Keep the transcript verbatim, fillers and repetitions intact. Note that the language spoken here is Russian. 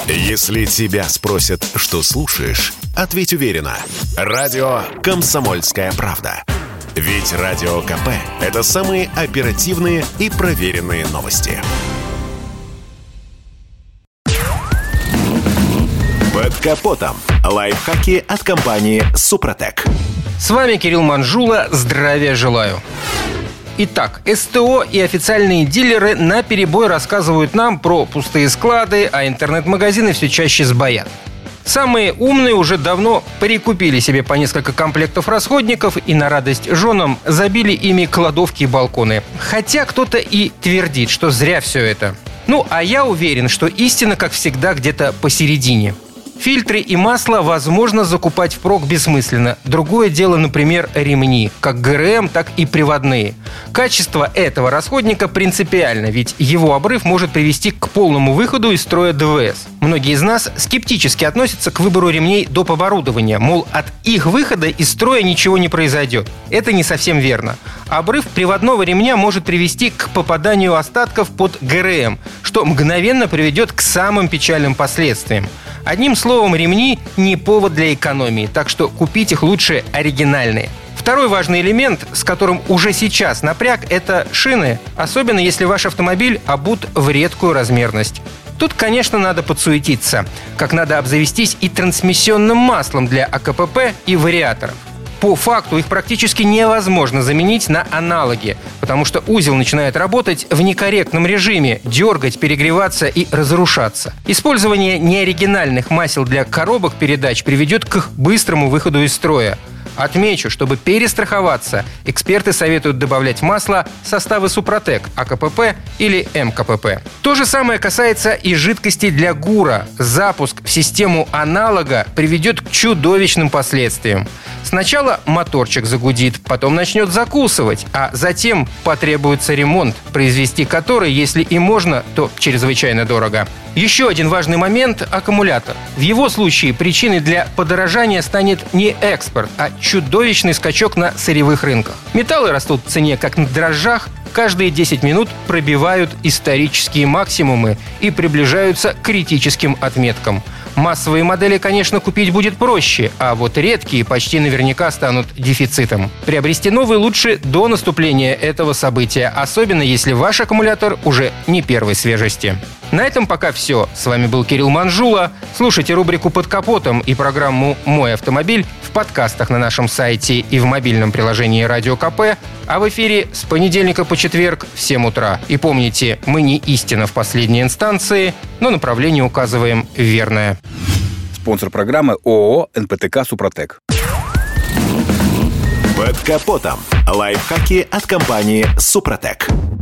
Если тебя спросят, что слушаешь, ответь уверенно. Радио «Комсомольская правда». Ведь Радио КП – это самые оперативные и проверенные новости. Под капотом. Лайфхаки от компании «Супротек». С вами Кирилл Манжула. Здравия желаю. Итак, СТО и официальные дилеры наперебой рассказывают нам про пустые склады, а интернет-магазины все чаще сбоят. Самые умные уже давно прикупили себе по несколько комплектов расходников и на радость женам забили ими кладовки и балконы. Хотя кто-то и твердит, что зря все это. Ну, а я уверен, что истина, как всегда, где-то посередине. Фильтры и масло возможно закупать впрок бессмысленно. Другое дело, например, ремни, как ГРМ, так и приводные. Качество этого расходника принципиально, ведь его обрыв может привести к полному выходу из строя ДВС. Многие из нас скептически относятся к выбору ремней доп. Оборудования, мол, от их выхода из строя ничего не произойдет. Это не совсем верно. Обрыв приводного ремня может привести к попаданию остатков под ГРМ, что мгновенно приведет к самым печальным последствиям. Одним словом, ремни не повод для экономии, так что купить их лучше оригинальные. Второй важный элемент, с которым уже сейчас напряг, это шины, особенно если ваш автомобиль обут в редкую размерность. Тут, конечно, надо подсуетиться, как надо обзавестись и трансмиссионным маслом для АКПП и вариаторов. По факту их практически невозможно заменить на аналоги, потому что узел начинает работать в некорректном режиме, дергать, перегреваться и разрушаться. Использование неоригинальных масел для коробок передач приведет к их быстрому выходу из строя. Отмечу, чтобы перестраховаться, эксперты советуют добавлять масло составы Супротек, АКПП или МКПП. То же самое касается и жидкости для ГУРа. Запуск в систему аналога приведет к чудовищным последствиям. Сначала моторчик загудит, потом начнет закусывать, а затем потребуется ремонт, произвести который, если и можно, то чрезвычайно дорого. Еще один важный момент – аккумулятор. В его случае причиной для подорожания станет не экспорт, а чудовищный скачок на сырьевых рынках. Металлы растут в цене как на дрожжах, каждые десять минут пробивают исторические максимумы и приближаются к критическим отметкам. Массовые модели, конечно, купить будет проще, а вот редкие почти наверняка станут дефицитом. Приобрести новый лучше до наступления этого события, особенно если ваш аккумулятор уже не первой свежести. На этом пока все. С вами был Кирилл Манжула. Слушайте рубрику «Под капотом» и программу «Мой автомобиль» в подкастах на нашем сайте и в мобильном приложении Радио КП, а в эфире с понедельника по четверг в семь утра. И помните, мы не истина в последней инстанции, но направление указываем верное. Спонсор программы ООО «эн пэ тэ ка Супротек». Под капотом. Лайфхаки от компании «Супротек».